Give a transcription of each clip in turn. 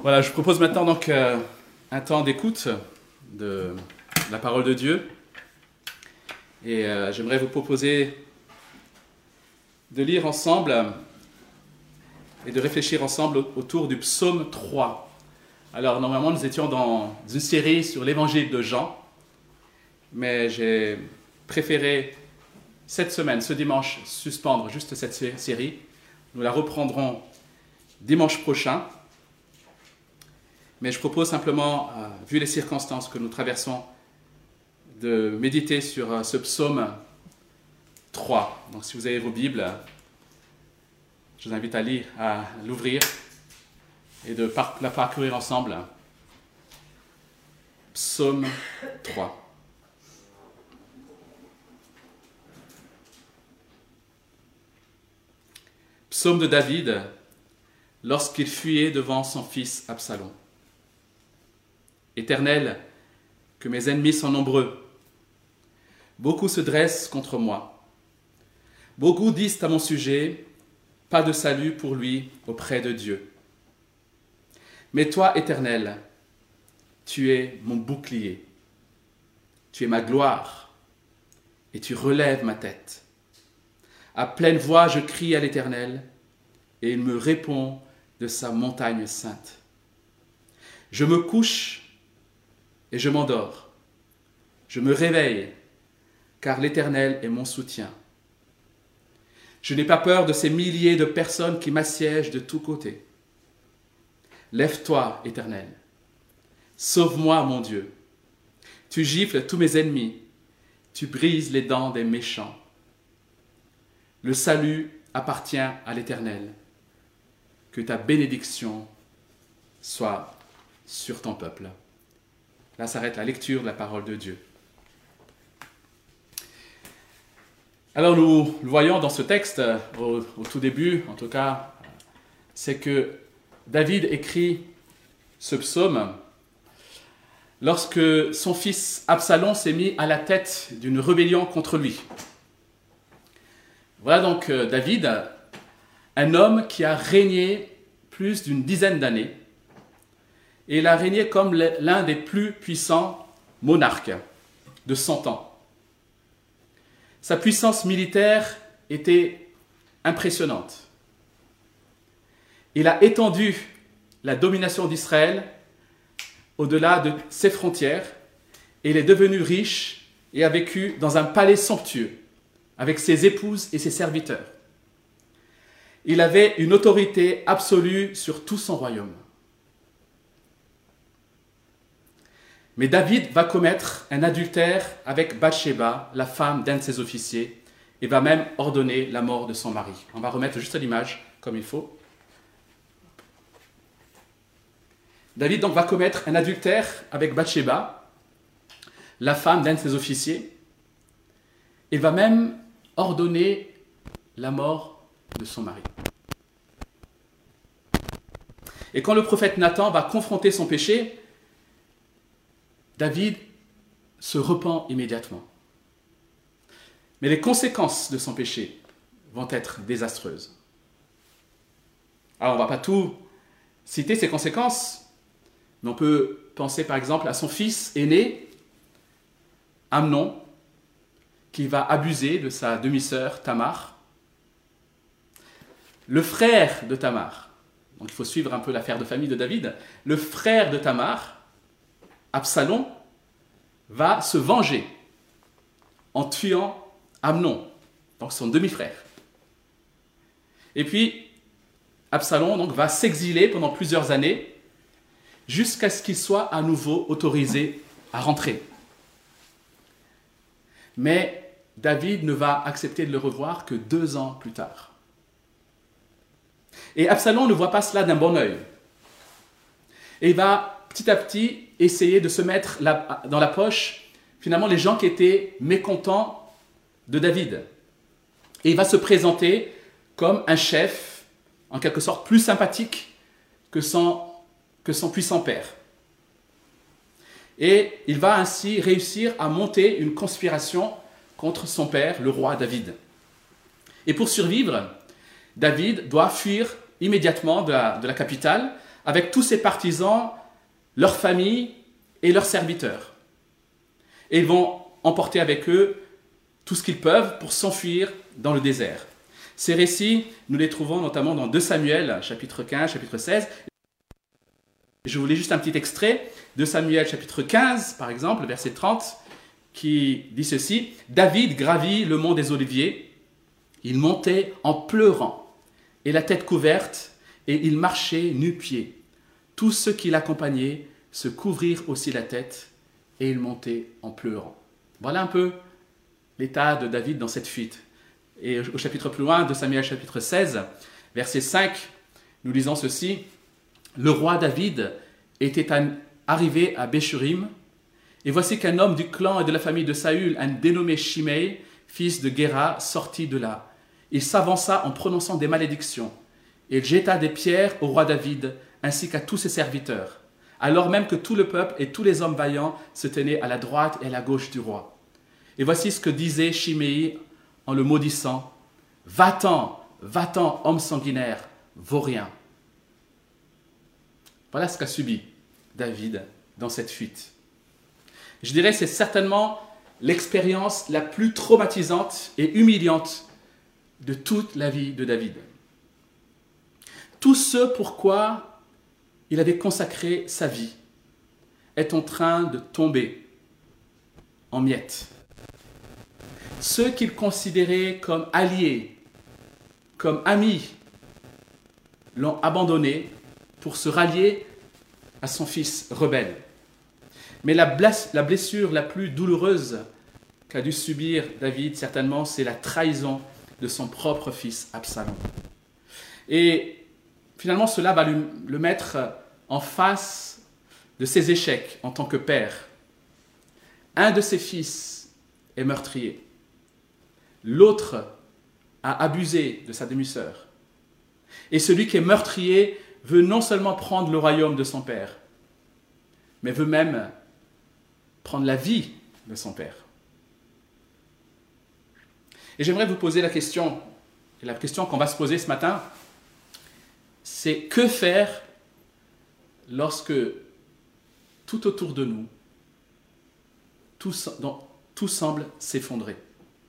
Voilà, je vous propose maintenant donc un temps d'écoute de la parole de Dieu. Et j'aimerais vous proposer de lire ensemble et de réfléchir ensemble autour du psaume 3. Alors, normalement, nous étions dans une série sur l'évangile de Jean, mais j'ai préféré cette semaine, ce dimanche, suspendre juste cette série. Nous la reprendrons dimanche prochain. Mais je propose simplement, vu les circonstances que nous traversons, de méditer sur ce psaume 3. Donc si vous avez vos Bibles, je vous invite à l'ouvrir et de la parcourir ensemble. Psaume 3. Psaume de David, lorsqu'il fuyait devant son fils Absalom. Éternel, que mes ennemis sont nombreux. Beaucoup se dressent contre moi. Beaucoup disent à mon sujet, pas de salut pour lui auprès de Dieu. Mais toi, Éternel, tu es mon bouclier. Tu es ma gloire et tu relèves ma tête. À pleine voix, je crie à l'Éternel et il me répond de sa montagne sainte. Je me couche et je m'endors. Je me réveille, car l'Éternel est mon soutien. Je n'ai pas peur de ces milliers de personnes qui m'assiègent de tous côtés. Lève-toi, Éternel. Sauve-moi, mon Dieu. Tu gifles tous mes ennemis. Tu brises les dents des méchants. Le salut appartient à l'Éternel. Que ta bénédiction soit sur ton peuple. Là s'arrête la lecture de la parole de Dieu. Alors nous le voyons dans ce texte, au tout début en tout cas, c'est que David écrit ce psaume lorsque son fils Absalom s'est mis à la tête d'une rébellion contre lui. Voilà donc David, un homme qui a régné plus d'une dizaine d'années. Et il a régné comme l'un des plus puissants monarques de son temps. Sa puissance militaire était impressionnante. Il a étendu la domination d'Israël au-delà de ses frontières et il est devenu riche et a vécu dans un palais somptueux avec ses épouses et ses serviteurs. Il avait une autorité absolue sur tout son royaume. Mais David va commettre un adultère avec Bathsheba, la femme d'un de ses officiers, et va même ordonner la mort de son mari. On va remettre juste l'image comme il faut. David donc va commettre un adultère avec Bathsheba, la femme d'un de ses officiers, et va même ordonner la mort de son mari. Et quand le prophète Nathan va confronter son péché, David se repent immédiatement. Mais les conséquences de son péché vont être désastreuses. Alors, on ne va pas tout citer ces conséquences, mais on peut penser par exemple à son fils aîné, Amnon, qui va abuser de sa demi-sœur Tamar. Le frère de Tamar, donc il faut suivre un peu l'affaire de famille de David, le frère de Tamar, Absalom, va se venger en tuant Amnon, donc son demi-frère. Et puis, Absalom donc, va s'exiler pendant plusieurs années jusqu'à ce qu'il soit à nouveau autorisé à rentrer. Mais David ne va accepter de le revoir que 2 ans plus tard. Et Absalom ne voit pas cela d'un bon œil. Et il va petit à petit essayer de se mettre dans la poche, finalement, les gens qui étaient mécontents de David. Et il va se présenter comme un chef, en quelque sorte, plus sympathique que son puissant père. Et il va ainsi réussir à monter une conspiration contre son père, le roi David. Et pour survivre, David doit fuir immédiatement de la capitale avec tous ses partisans, leurs familles et leurs serviteurs. Et ils vont emporter avec eux tout ce qu'ils peuvent pour s'enfuir dans le désert. Ces récits, nous les trouvons notamment dans 2 Samuel, chapitre 15, chapitre 16. Je vous lis juste un petit extrait. 2 Samuel, chapitre 15, par exemple, verset 30, qui dit ceci. « David gravit le mont des Oliviers. Il montait en pleurant et la tête couverte, et il marchait nu-pieds. Tous ceux qui l'accompagnaient se couvrirent aussi la tête, et il montait en pleurant. » Voilà un peu l'état de David dans cette fuite. Et au chapitre plus loin, de Samuel chapitre 16, verset 5, nous lisons ceci. « Le roi David était arrivé à Béchurim, et voici qu'un homme du clan et de la famille de Saül, un dénommé Shimei, fils de Guéra, sortit de là. Il s'avança en prononçant des malédictions. Il jeta des pierres au roi David, ainsi qu'à tous ses serviteurs, alors même que tout le peuple et tous les hommes vaillants se tenaient à la droite et à la gauche du roi. Et voici ce que disait Shimei en le maudissant. « Va-t'en, va-t'en, homme sanguinaire, vaurien. » Voilà ce qu'a subi David dans cette fuite. Je dirais que c'est certainement l'expérience la plus traumatisante et humiliante de toute la vie de David. Tout ce pourquoi il avait consacré sa vie est en train de tomber en miettes. Ceux qu'il considérait comme alliés, comme amis, l'ont abandonné pour se rallier à son fils rebelle. Mais la blessure la plus douloureuse qu'a dû subir David, certainement, c'est la trahison de son propre fils Absalom. Et finalement, cela va le mettre en face de ses échecs en tant que père. Un de ses fils est meurtrier. L'autre a abusé de sa demi-sœur. Et celui qui est meurtrier veut non seulement prendre le royaume de son père, mais veut même prendre la vie de son père. Et j'aimerais vous poser la question, et la question qu'on va se poser ce matin, c'est que faire lorsque tout autour de nous, tout semble s'effondrer.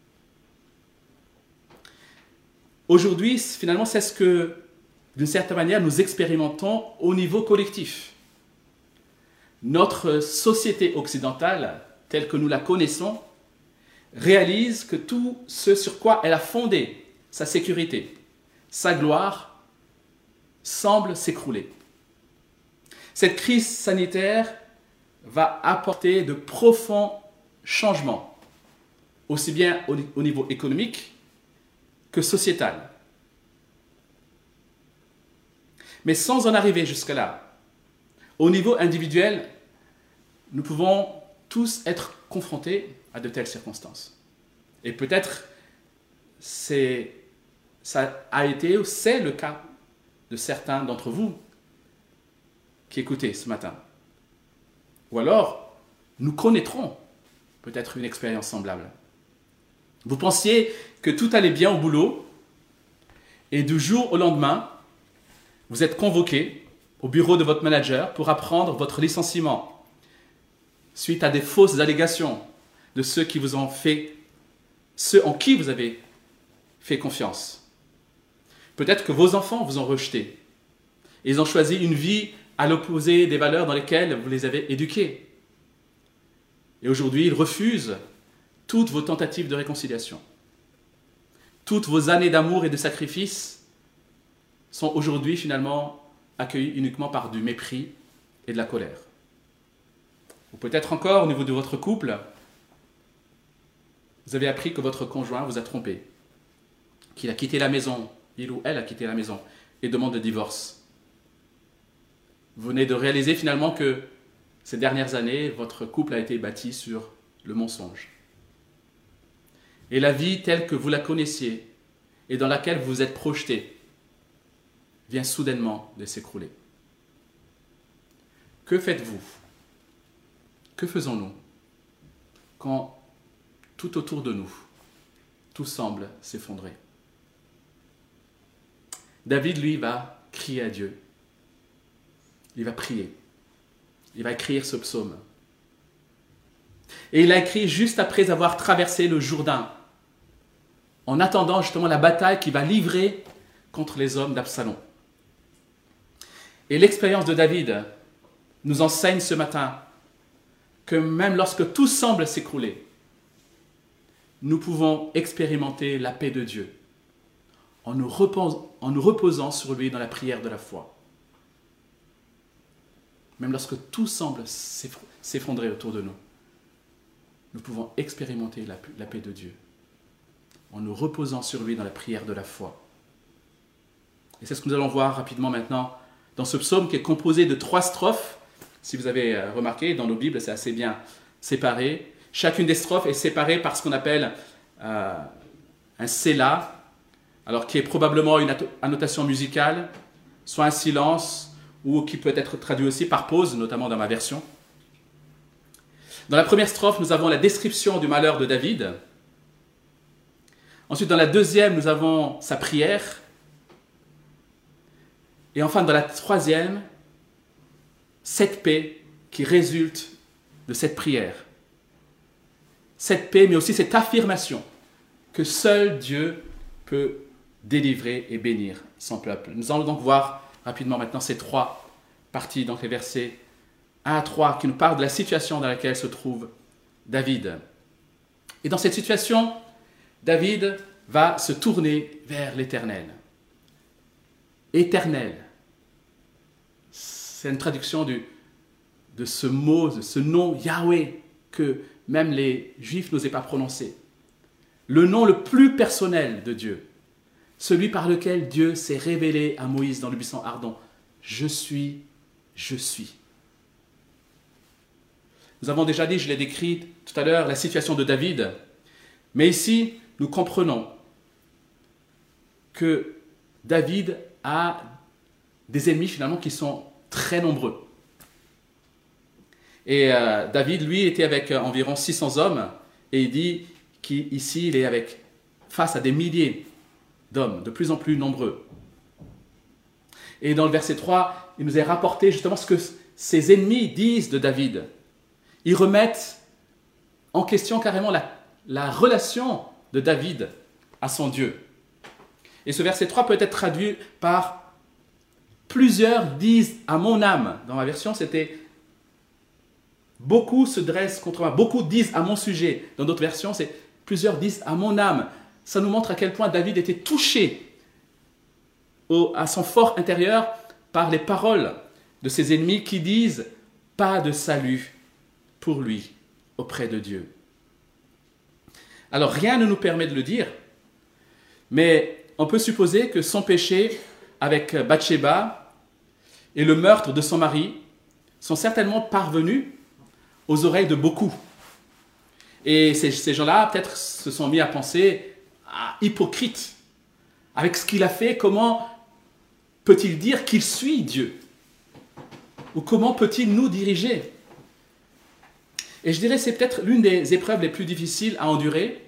Aujourd'hui, finalement, c'est ce que, d'une certaine manière, nous expérimentons au niveau collectif. Notre société occidentale, telle que nous la connaissons, réalise que tout ce sur quoi elle a fondé sa sécurité, sa gloire, semble s'écrouler. Cette crise sanitaire va apporter de profonds changements, aussi bien au niveau économique que sociétal. Mais sans en arriver jusque-là, au niveau individuel, nous pouvons tous être confrontés à de telles circonstances. Et peut-être ça a été ou c'est le cas de certains d'entre vous qui écoutez ce matin. Ou alors, nous connaîtrons peut-être une expérience semblable. Vous pensiez que tout allait bien au boulot et du jour au lendemain, vous êtes convoqué au bureau de votre manager pour apprendre votre licenciement suite à des fausses allégations de ceux en qui vous avez fait confiance. Peut-être que vos enfants vous ont rejeté. Ils ont choisi une vie à l'opposé des valeurs dans lesquelles vous les avez éduqués. Et aujourd'hui, ils refusent toutes vos tentatives de réconciliation. Toutes vos années d'amour et de sacrifice sont aujourd'hui finalement accueillies uniquement par du mépris et de la colère. Ou peut-être encore au niveau de votre couple, vous avez appris que votre conjoint vous a trompé, qu'il a quitté la maison, il ou elle a quitté la maison et demande le divorce. Vous venez de réaliser finalement que ces dernières années, votre couple a été bâti sur le mensonge. Et la vie telle que vous la connaissiez et dans laquelle vous vous êtes projeté vient soudainement de s'écrouler. Que faites-vous? Que faisons-nous quand tout autour de nous, tout semble s'effondrer? David, lui, va crier à Dieu. il va prier. Il va écrire ce psaume. Et il l'a écrit juste après avoir traversé le Jourdain, en attendant justement la bataille qu'il va livrer contre les hommes d'Absalom. Et l'expérience de David nous enseigne ce matin que même lorsque tout semble s'écrouler, nous pouvons expérimenter la paix de Dieu en nous reposant sur lui dans la prière de la foi. Même lorsque tout semble s'effondrer autour de nous, nous pouvons expérimenter la paix de Dieu en nous reposant sur lui dans la prière de la foi. Et c'est ce que nous allons voir rapidement maintenant dans ce psaume qui est composé de 3 strophes. Si vous avez remarqué, dans nos Bibles, c'est assez bien séparé. Chacune des strophes est séparée par ce qu'on appelle un séla, alors qui est probablement une annotation musicale, soit un silence, ou qui peut être traduit aussi par pause, notamment dans ma version. Dans la première strophe, nous avons la description du malheur de David. Ensuite, dans la deuxième, nous avons sa prière. Et enfin, dans la troisième, cette paix qui résulte de cette prière. Cette paix, mais aussi cette affirmation que seul Dieu peut délivrer et bénir son peuple. Nous allons donc voir rapidement maintenant ces 3 parties, donc les versets 1 à 3, qui nous parlent de la situation dans laquelle se trouve David. Et dans cette situation, David va se tourner vers l'Éternel. Éternel. C'est une traduction de ce mot, de ce nom Yahweh, que même les Juifs n'osaient pas prononcer. Le nom le plus personnel de Dieu, celui par lequel Dieu s'est révélé à Moïse dans le buisson ardent. Je suis, je suis. Nous avons déjà dit, je l'ai décrit tout à l'heure, la situation de David. Mais ici, nous comprenons que David a des ennemis finalement qui sont très nombreux. Et David, lui, était avec environ 600 hommes, et il dit qu'ici, il est face à des milliers d'hommes, de plus en plus nombreux. Et dans le verset 3, il nous est rapporté justement ce que ses ennemis disent de David. Ils remettent en question carrément la relation de David à son Dieu. Et ce verset 3 peut être traduit par « plusieurs disent à mon âme ». Dans ma version, c'était « beaucoup se dressent contre moi », « beaucoup disent à mon sujet ». Dans d'autres versions, c'est « plusieurs disent à mon âme ». Ça nous montre à quel point David était touché à son fort intérieur par les paroles de ses ennemis qui disent « pas de salut pour lui auprès de Dieu ». Alors rien ne nous permet de le dire, mais on peut supposer que son péché avec Bathsheba et le meurtre de son mari sont certainement parvenus aux oreilles de beaucoup. Et ces gens-là peut-être se sont mis à penser hypocrite. Avec ce qu'il a fait, comment peut-il dire qu'il suit Dieu? Ou comment peut-il nous diriger? Et je dirais que c'est peut-être l'une des épreuves les plus difficiles à endurer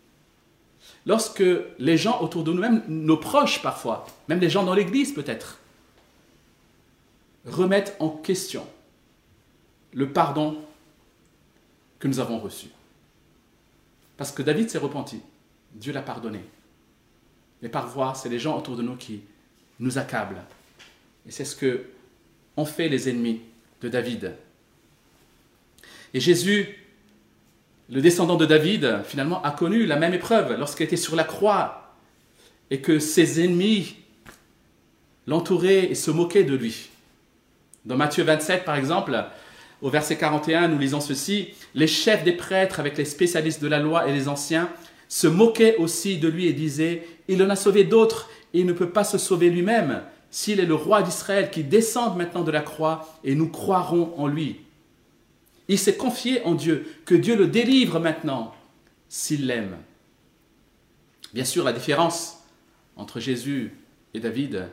lorsque les gens autour de nous, même nos proches parfois, même les gens dans l'église peut-être, remettent en question le pardon que nous avons reçu. Parce que David s'est repenti, Dieu l'a pardonné. Mais parfois, c'est les gens autour de nous qui nous accablent. Et c'est ce que ont fait les ennemis de David. Et Jésus, le descendant de David, finalement, a connu la même épreuve lorsqu'il était sur la croix et que ses ennemis l'entouraient et se moquaient de lui. Dans Matthieu 27, par exemple, au verset 41, nous lisons ceci: « Les chefs des prêtres avec les spécialistes de la loi et les anciens se moquaient aussi de lui et disaient « Il en a sauvé d'autres et il ne peut pas se sauver lui-même s'il est le roi d'Israël qui descend maintenant de la croix et nous croirons en lui. » Il s'est confié en Dieu, que Dieu le délivre maintenant s'il l'aime. Bien sûr, la différence entre Jésus et David,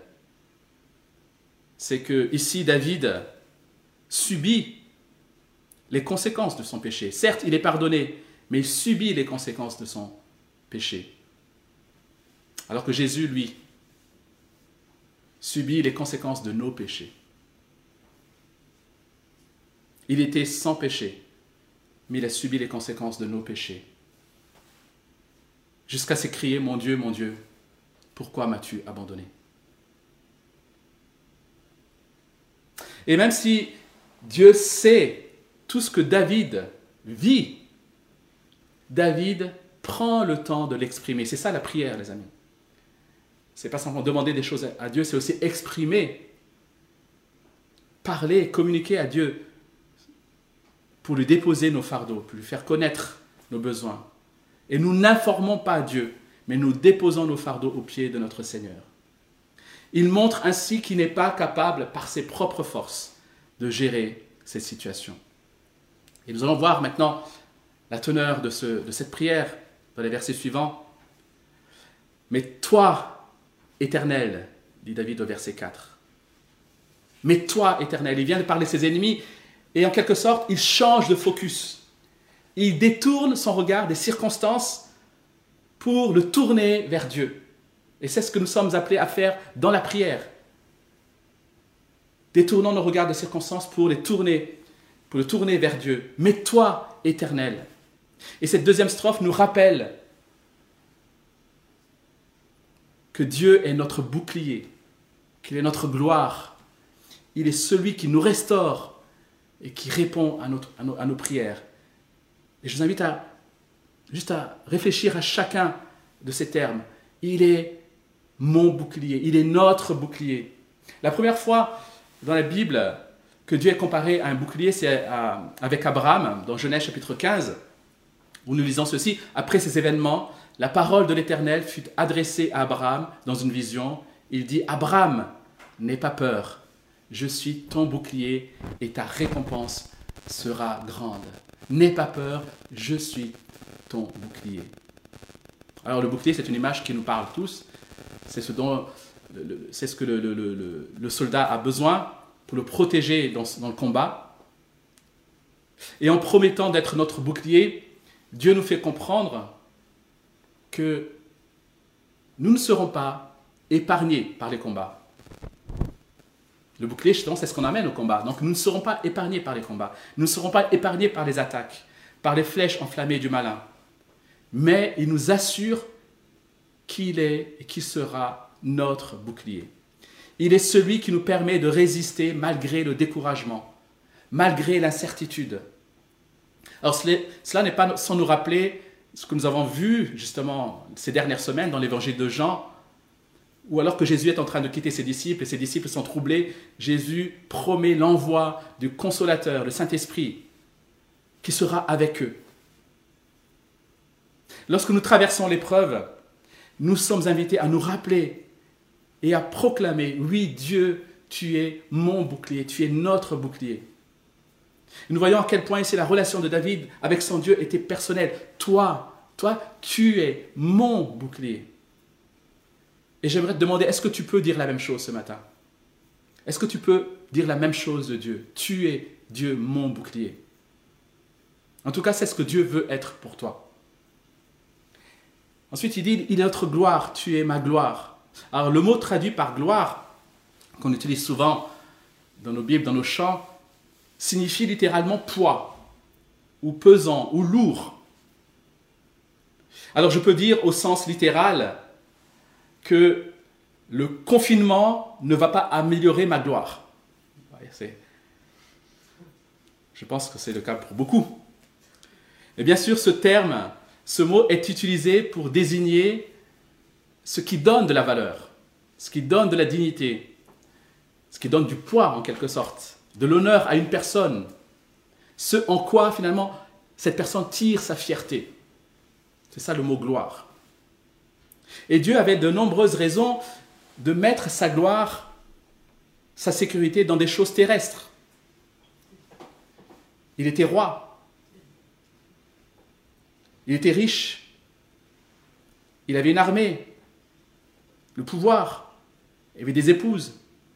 c'est que ici David subit les conséquences de son péché. Certes, il est pardonné, mais il subit les conséquences de son péché. Alors que Jésus, lui, subit les conséquences de nos péchés. Il était sans péché, mais il a subi les conséquences de nos péchés. Jusqu'à s'écrier, mon Dieu, pourquoi m'as-tu abandonné? Et même si Dieu sait tout ce que David vit, David prend le temps de l'exprimer. C'est ça la prière, les amis. Ce n'est pas simplement demander des choses à Dieu, c'est aussi exprimer, parler, communiquer à Dieu pour lui déposer nos fardeaux, pour lui faire connaître nos besoins. Et nous n'informons pas Dieu, mais nous déposons nos fardeaux aux pieds de notre Seigneur. Il montre ainsi qu'il n'est pas capable, par ses propres forces, de gérer cette situation. Et nous allons voir maintenant la teneur de cette prière dans les versets suivants. Mais toi, Éternel, dit David au verset 4. Mais toi, Éternel, il vient de parler de ses ennemis et en quelque sorte, il change de focus. Il détourne son regard des circonstances pour le tourner vers Dieu. Et c'est ce que nous sommes appelés à faire dans la prière. Détournons nos regards des circonstances pour le tourner vers Dieu. Mais toi, Éternel. Et cette deuxième strophe nous rappelle que Dieu est notre bouclier, qu'il est notre gloire. Il est celui qui nous restaure et qui répond à nos prières. Et je vous invite juste à réfléchir à chacun de ces termes. Il est mon bouclier, il est notre bouclier. La première fois dans la Bible que Dieu est comparé à un bouclier, c'est avec Abraham, dans Genèse chapitre 15, où nous lisons ceci. Après ces événements, la parole de l'Éternel fut adressée à Abraham dans une vision. Il dit, Abraham, n'aie pas peur, je suis ton bouclier et ta récompense sera grande. N'aie pas peur, je suis ton bouclier. Alors le bouclier, c'est une image qui nous parle tous. C'est ce que le soldat a besoin pour le protéger dans le combat. Et en promettant d'être notre bouclier, Dieu nous fait comprendre que nous ne serons pas épargnés par les combats. Le bouclier, justement, c'est ce qu'on amène au combat. Donc nous ne serons pas épargnés par les combats. Nous ne serons pas épargnés par les attaques, par les flèches enflammées du malin. Mais il nous assure qu'il est et qu'il sera notre bouclier. Il est celui qui nous permet de résister malgré le découragement, malgré l'incertitude. Alors cela n'est pas sans nous rappeler ce que nous avons vu justement ces dernières semaines dans l'évangile de Jean, ou alors que Jésus est en train de quitter ses disciples et ses disciples sont troublés, Jésus promet l'envoi du Consolateur, le Saint-Esprit, qui sera avec eux. Lorsque nous traversons l'épreuve, nous sommes invités à nous rappeler et à proclamer, oui Dieu, tu es mon bouclier, tu es notre bouclier. Et nous voyons à quel point ici la relation de David avec son Dieu était personnelle. Toi, tu es mon bouclier. Et j'aimerais te demander, est-ce que tu peux dire la même chose ce matin? Est-ce que tu peux dire la même chose de Dieu? Tu es Dieu, mon bouclier. En tout cas, c'est ce que Dieu veut être pour toi. Ensuite, il dit, il est notre gloire, tu es ma gloire. Alors, le mot traduit par gloire, qu'on utilise souvent dans nos Bibles, dans nos chants, signifie littéralement poids, ou pesant, ou lourd. Alors, je peux dire au sens littéral que le confinement ne va pas améliorer ma gloire. Je pense que c'est le cas pour beaucoup. Et bien sûr, ce mot est utilisé pour désigner ce qui donne de la valeur, ce qui donne de la dignité, ce qui donne du poids en quelque sorte, de l'honneur à une personne, ce en quoi finalement cette personne tire sa fierté. C'est ça le mot gloire. Et Dieu avait de nombreuses raisons de mettre sa gloire, sa sécurité dans des choses terrestres. Il était roi. Il était riche. Il avait une armée, le pouvoir. Il avait des épouses.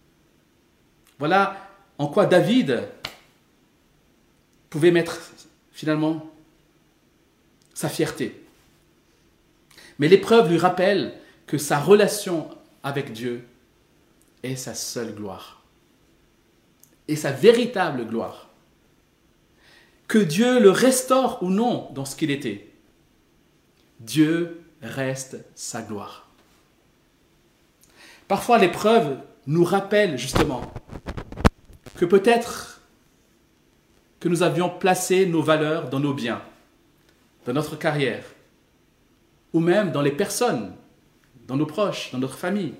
Voilà en quoi David pouvait mettre finalement sa fierté. Mais l'épreuve lui rappelle que sa relation avec Dieu est sa seule gloire. Et sa véritable gloire. que Dieu le restaure ou non dans ce qu'il était, Dieu reste sa gloire. Parfois, l'épreuve nous rappelle justement que peut-être que nous avions placé nos valeurs dans nos biens, dans notre carrière, ou même dans les personnes, dans nos proches, dans notre famille.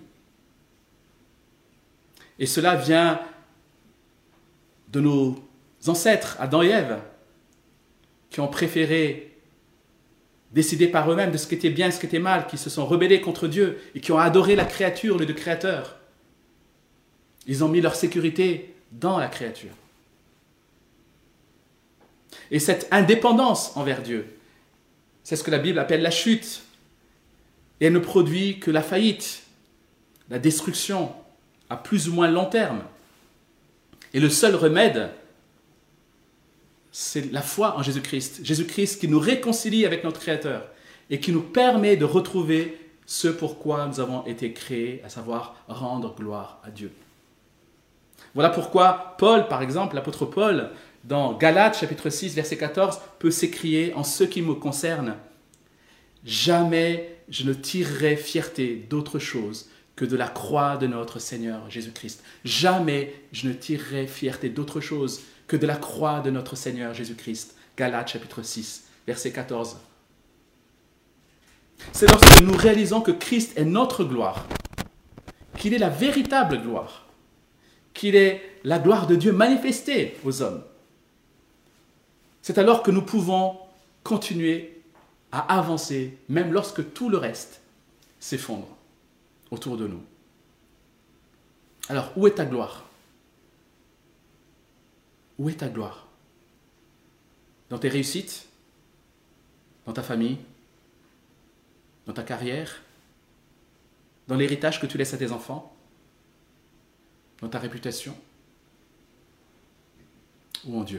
Et cela vient de nos ancêtres, Adam et Ève, qui ont préféré décider par eux-mêmes de ce qui était bien et ce qui était mal, qui se sont rebellés contre Dieu et qui ont adoré la créature au lieu du Créateur. Ils ont mis leur sécurité dans la créature. Et cette indépendance envers Dieu, c'est ce que la Bible appelle la chute. Et elle ne produit que la faillite, la destruction à plus ou moins long terme. Et le seul remède, c'est la foi en Jésus-Christ. Jésus-Christ qui nous réconcilie avec notre Créateur et qui nous permet de retrouver ce pourquoi nous avons été créés, à savoir rendre gloire à Dieu. Voilà pourquoi Paul, par exemple, l'apôtre Paul, dans Galates chapitre 6, verset 14, peut s'écrier « En ce qui me concerne, jamais je ne tirerai fierté d'autre chose que de la croix de notre Seigneur Jésus-Christ. Jamais je ne tirerai fierté d'autre chose que de la croix de notre Seigneur Jésus-Christ. » Galates chapitre 6, verset 14. C'est lorsque nous réalisons que Christ est notre gloire, qu'il est la véritable gloire, qu'il est la gloire de Dieu manifestée aux hommes. C'est alors que nous pouvons continuer à avancer, même lorsque tout le reste s'effondre autour de nous. Alors, où est ta gloire? Où est ta gloire? Dans tes réussites? Dans ta famille? Dans ta carrière? Dans l'héritage que tu laisses à tes enfants? Dans ta réputation? Ou en Dieu?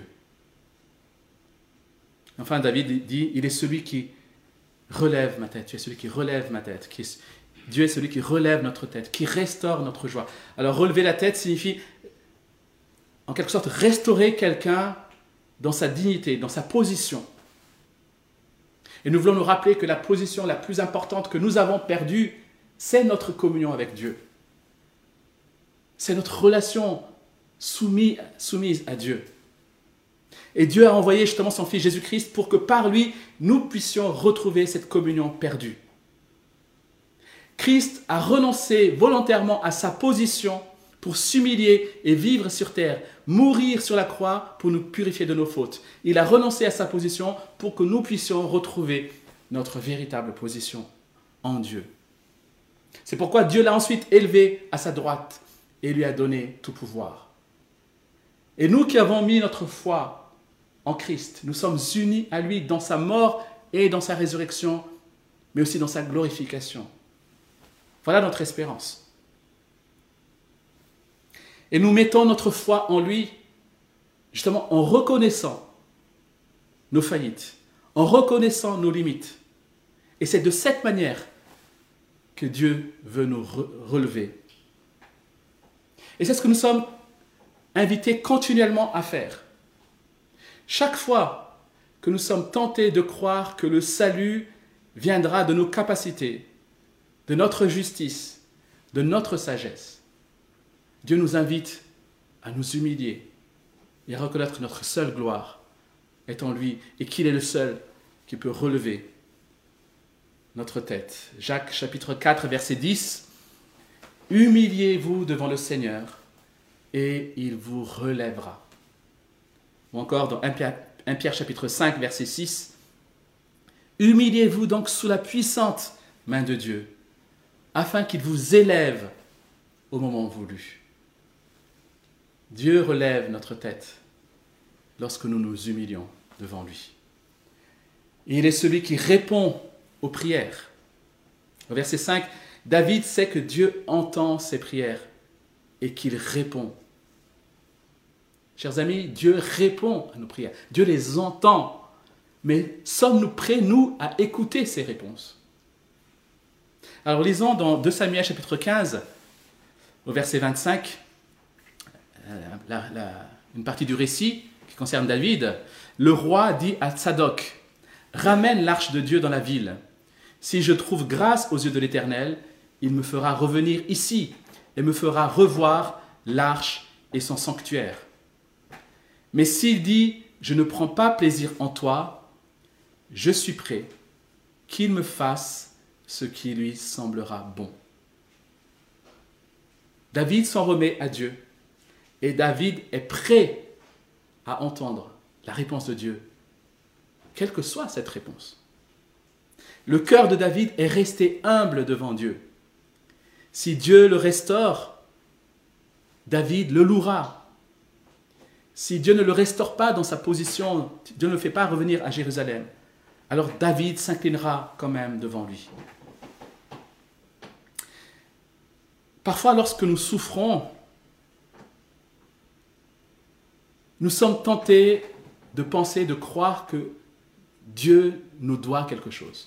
Enfin, David dit, il est celui qui relève ma tête. Tu es celui qui relève ma tête. Dieu est celui qui relève notre tête, qui restaure notre joie. Alors, relever la tête signifie, en quelque sorte, restaurer quelqu'un dans sa dignité, dans sa position. Et nous voulons nous rappeler que la position la plus importante que nous avons perdue, c'est notre communion avec Dieu. C'est notre relation soumise à Dieu. Et Dieu a envoyé justement son Fils Jésus-Christ pour que par lui, nous puissions retrouver cette communion perdue. Christ a renoncé volontairement à sa position pour s'humilier et vivre sur terre, mourir sur la croix pour nous purifier de nos fautes. Il a renoncé à sa position pour que nous puissions retrouver notre véritable position en Dieu. C'est pourquoi Dieu l'a ensuite élevé à sa droite et lui a donné tout pouvoir. Et nous qui avons mis notre foi en Christ, nous sommes unis à lui dans sa mort et dans sa résurrection, mais aussi dans sa glorification. Voilà notre espérance. Et nous mettons notre foi en lui, justement en reconnaissant nos faillites, en reconnaissant nos limites. Et c'est de cette manière que Dieu veut nous relever. Et c'est ce que nous sommes invités continuellement à faire. Chaque fois que nous sommes tentés de croire que le salut viendra de nos capacités, de notre justice, de notre sagesse, Dieu nous invite à nous humilier et à reconnaître que notre seule gloire est en lui et qu'il est le seul qui peut relever notre tête. Jacques chapitre 4 verset 10, « Humiliez-vous devant le Seigneur et il vous relèvera. » Ou encore dans 1 Pierre chapitre 5 verset 6, « Humiliez-vous donc sous la puissante main de Dieu, afin qu'il vous élève au moment voulu. » Dieu relève notre tête lorsque nous nous humilions devant lui. Et il est celui qui répond aux prières. Au verset 5, David sait que Dieu entend ses prières et qu'il répond. Chers amis, Dieu répond à nos prières. Dieu les entend. Mais sommes-nous prêts, nous, à écouter ces réponses? Alors lisons dans 2 Samuel chapitre 15, au verset 25, une partie du récit qui concerne David, le roi dit à Tsadok, « Ramène l'arche de Dieu dans la ville. Si je trouve grâce aux yeux de l'Éternel, il me fera revenir ici et me fera revoir l'arche et son sanctuaire. Mais s'il dit, je ne prends pas plaisir en toi, je suis prêt qu'il me fasse ce qui lui semblera bon. » David s'en remet à Dieu et David est prêt à entendre la réponse de Dieu, quelle que soit cette réponse. Le cœur de David est resté humble devant Dieu. Si Dieu le restaure, David le louera. Si Dieu ne le restaure pas dans sa position, Dieu ne le fait pas revenir à Jérusalem, alors David s'inclinera quand même devant lui. Parfois, lorsque nous souffrons, nous sommes tentés de penser, de croire que Dieu nous doit quelque chose.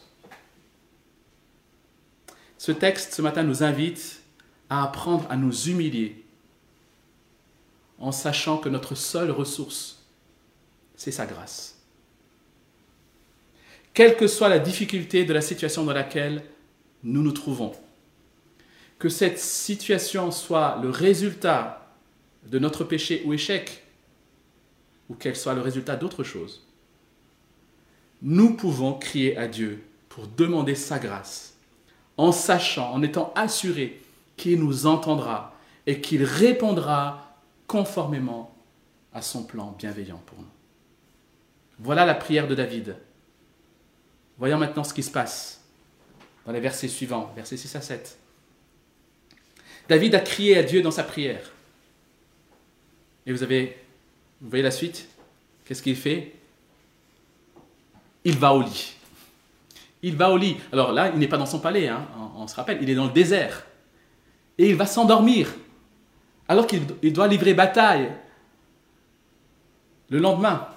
Ce texte, ce matin, nous invite à apprendre à nous humilier en sachant que notre seule ressource, c'est sa grâce. Quelle que soit la difficulté de la situation dans laquelle nous nous trouvons, que cette situation soit le résultat de notre péché ou échec, ou qu'elle soit le résultat d'autre chose, nous pouvons crier à Dieu pour demander sa grâce, en sachant, en étant assurés qu'il nous entendra et qu'il répondra conformément à son plan bienveillant pour nous. Voilà la prière de David. Voyons maintenant ce qui se passe dans les versets suivants, versets 6 à 7. David a crié à Dieu dans sa prière. Et vous voyez la suite? Qu'est-ce qu'il fait? Il va au lit. Il va au lit. Alors là, il n'est pas dans son palais, hein, on se rappelle, il est dans le désert. Et il va s'endormir, alors qu'il doit livrer bataille le lendemain.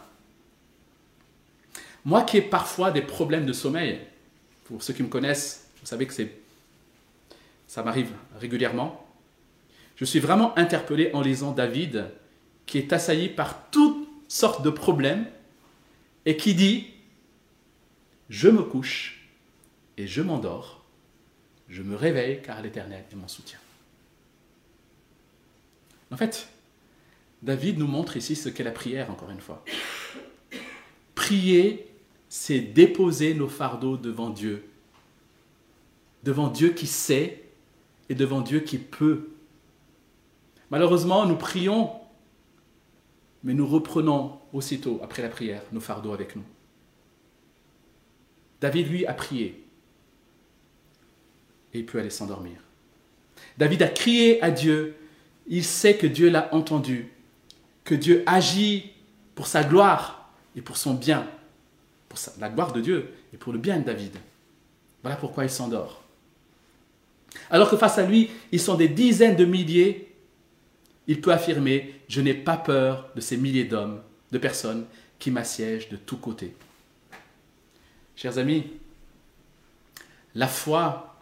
Moi qui ai parfois des problèmes de sommeil, pour ceux qui me connaissent, vous savez que ça m'arrive régulièrement. Je suis vraiment interpellé en lisant David, qui est assailli par toutes sortes de problèmes et qui dit « Je me couche et je m'endors, je me réveille car l'Éternel est mon soutien. » En fait, David nous montre ici ce qu'est la prière, encore une fois. Prier, c'est déposer nos fardeaux devant Dieu qui sait et devant Dieu qui peut. Malheureusement, nous prions, mais nous reprenons aussitôt, après la prière, nos fardeaux avec nous. David, lui, a prié et il peut aller s'endormir. David a crié à Dieu, il sait que Dieu l'a entendu, que Dieu agit pour sa gloire et pour son bien, pour la gloire de Dieu et pour le bien de David. Voilà pourquoi il s'endort. Alors que face à lui, ils sont des dizaines de milliers, il peut affirmer « Je n'ai pas peur de ces milliers d'hommes, de personnes qui m'assiègent de tous côtés. » Chers amis, la foi,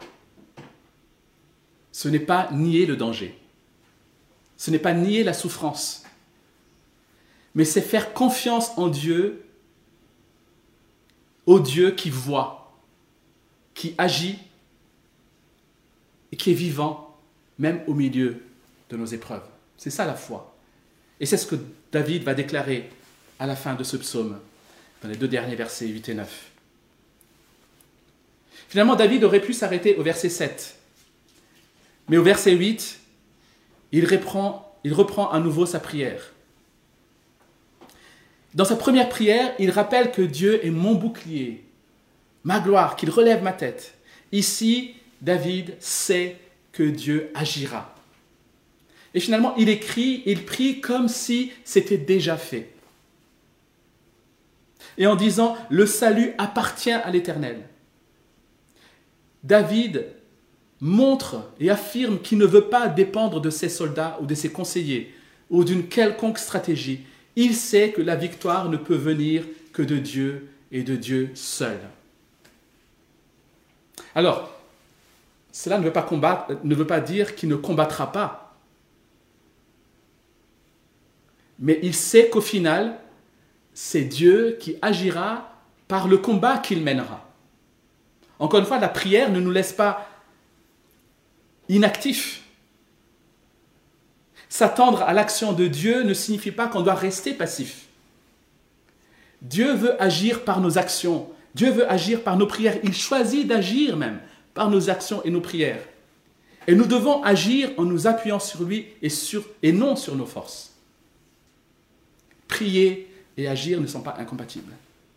ce n'est pas nier le danger, ce n'est pas nier la souffrance, mais c'est faire confiance en Dieu, au Dieu qui voit, qui agit et qui est vivant, même au milieu de nos épreuves. C'est ça la foi. Et c'est ce que David va déclarer à la fin de ce psaume, dans les 2 derniers versets 8 et 9. Finalement, David aurait pu s'arrêter au verset 7. Mais au verset 8, il reprend à nouveau sa prière. Dans sa première prière, il rappelle que Dieu est mon bouclier, ma gloire, qu'il relève ma tête. Ici, David sait que Dieu agira. Et finalement, il prie comme si c'était déjà fait. Et en disant, le salut appartient à l'Éternel. David montre et affirme qu'il ne veut pas dépendre de ses soldats ou de ses conseillers ou d'une quelconque stratégie. Il sait que la victoire ne peut venir que de Dieu et de Dieu seul. Alors, cela ne veut pas dire qu'il ne combattra pas. Mais il sait qu'au final, c'est Dieu qui agira par le combat qu'il mènera. Encore une fois, la prière ne nous laisse pas inactifs. S'attendre à l'action de Dieu ne signifie pas qu'on doit rester passif. Dieu veut agir par nos actions. Dieu veut agir par nos prières. Il choisit d'agir même par nos actions et nos prières. Et nous devons agir en nous appuyant sur lui et non sur nos forces. Prier et agir ne sont pas incompatibles.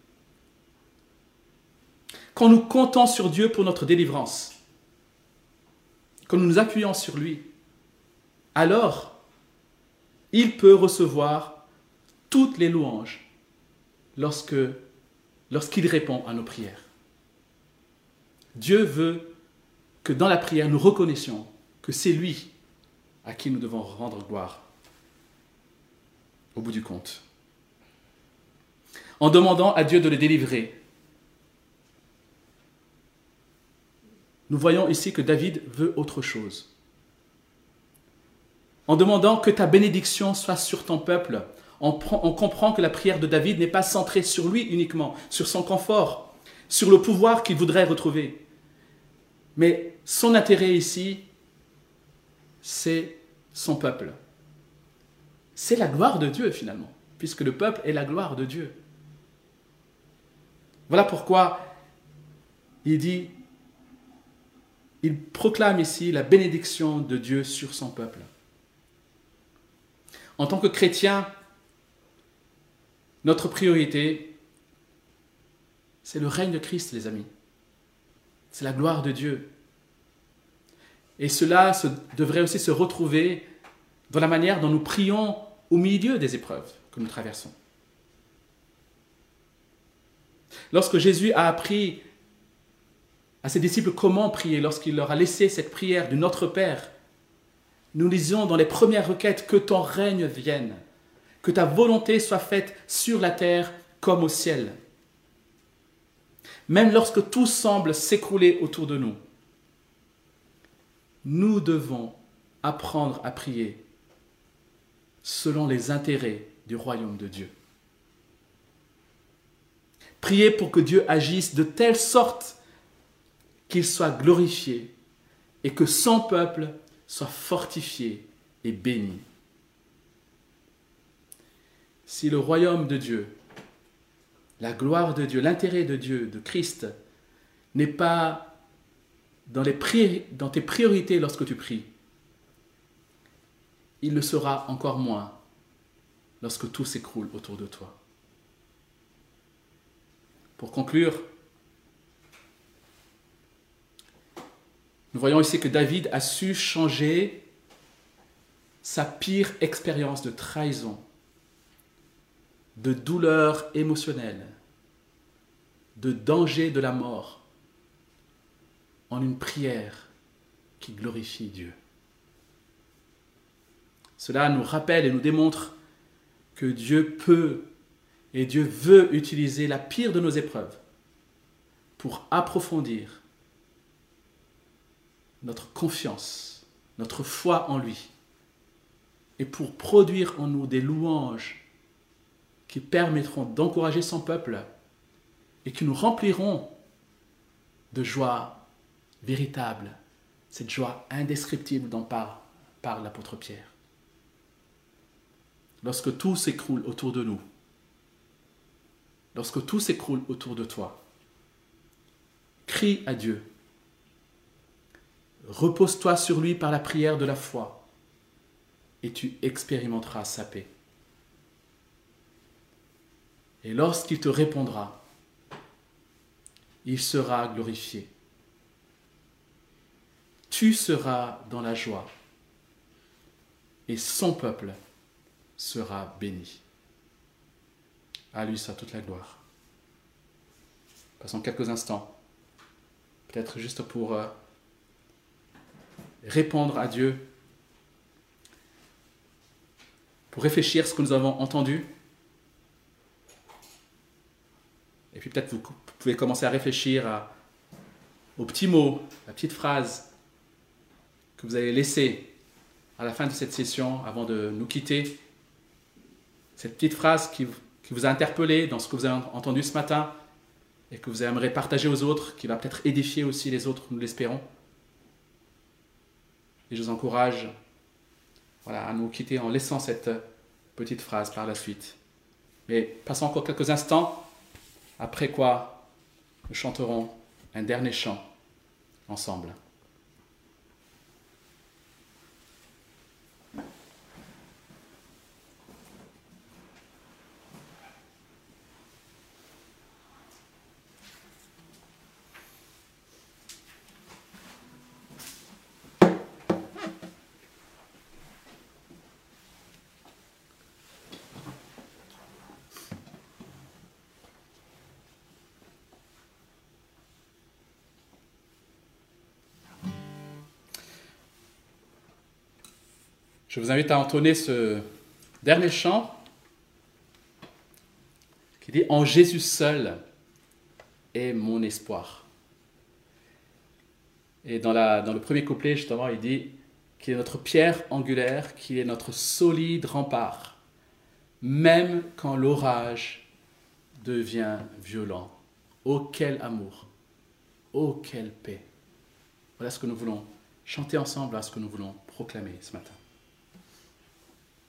Quand nous comptons sur Dieu pour notre délivrance, quand nous nous appuyons sur lui, alors il peut recevoir toutes les louanges lorsqu'il répond à nos prières. Dieu veut que dans la prière, nous reconnaissions que c'est lui à qui nous devons rendre gloire au bout du compte. En demandant à Dieu de le délivrer, nous voyons ici que David veut autre chose. En demandant que ta bénédiction soit sur ton peuple, on comprend que la prière de David n'est pas centrée sur lui uniquement, sur son confort, sur le pouvoir qu'il voudrait retrouver. Mais son intérêt ici, c'est son peuple. C'est la gloire de Dieu finalement, puisque le peuple est la gloire de Dieu. Voilà pourquoi il proclame ici la bénédiction de Dieu sur son peuple. En tant que chrétien, notre priorité, c'est le règne de Christ, les amis. C'est la gloire de Dieu. Et cela devrait aussi se retrouver dans la manière dont nous prions au milieu des épreuves que nous traversons. Lorsque Jésus a appris à ses disciples comment prier, lorsqu'il leur a laissé cette prière du Notre Père, nous lisions dans les premières requêtes que ton règne vienne, que ta volonté soit faite sur la terre comme au ciel. Même lorsque tout semble s'écrouler autour de nous, nous devons apprendre à prier selon les intérêts du royaume de Dieu. Prier pour que Dieu agisse de telle sorte qu'il soit glorifié et que son peuple soit fortifié et béni. Si le royaume de Dieu, la gloire de Dieu, l'intérêt de Dieu, de Christ, n'est pas dans tes priorités lorsque tu pries, il le sera encore moins lorsque tout s'écroule autour de toi. Pour conclure, nous voyons ici que David a su changer sa pire expérience de trahison, de douleur émotionnelle, de danger de la mort, en une prière qui glorifie Dieu. Cela nous rappelle et nous démontre que Dieu peut et Dieu veut utiliser la pire de nos épreuves pour approfondir notre confiance, notre foi en lui, et pour produire en nous des louanges qui permettront d'encourager son peuple et qui nous rempliront de joie véritable, cette joie indescriptible dont parle l'apôtre Pierre. Lorsque tout s'écroule autour de nous, lorsque tout s'écroule autour de toi, crie à Dieu. Repose-toi sur lui par la prière de la foi et tu expérimenteras sa paix. Et lorsqu'il te répondra, il sera glorifié. Tu seras dans la joie et son peuple sera béni. À lui soit toute la gloire. Passons quelques instants, peut-être juste pour répondre à Dieu, pour réfléchir à ce que nous avons entendu. Et puis peut-être vous pouvez commencer à réfléchir aux petits mots, à la petite phrase que vous avez laissée à la fin de cette session avant de nous quitter. Cette petite phrase qui qui vous a interpellé dans ce que vous avez entendu ce matin et que vous aimeriez partager aux autres, qui va peut-être édifier aussi les autres, nous l'espérons. Et je vous encourage à nous quitter en laissant cette petite phrase par la suite. Mais passons encore quelques instants, après quoi nous chanterons un dernier chant ensemble. Je vous invite à entonner ce dernier chant qui dit « En Jésus seul est mon espoir ». Et dans le premier couplet, justement, il dit qu'il est notre pierre angulaire, qu'il est notre solide rempart, même quand l'orage devient violent. Oh, quel amour! Oh, quelle paix! Voilà ce que nous voulons chanter ensemble, voilà ce que nous voulons proclamer ce matin.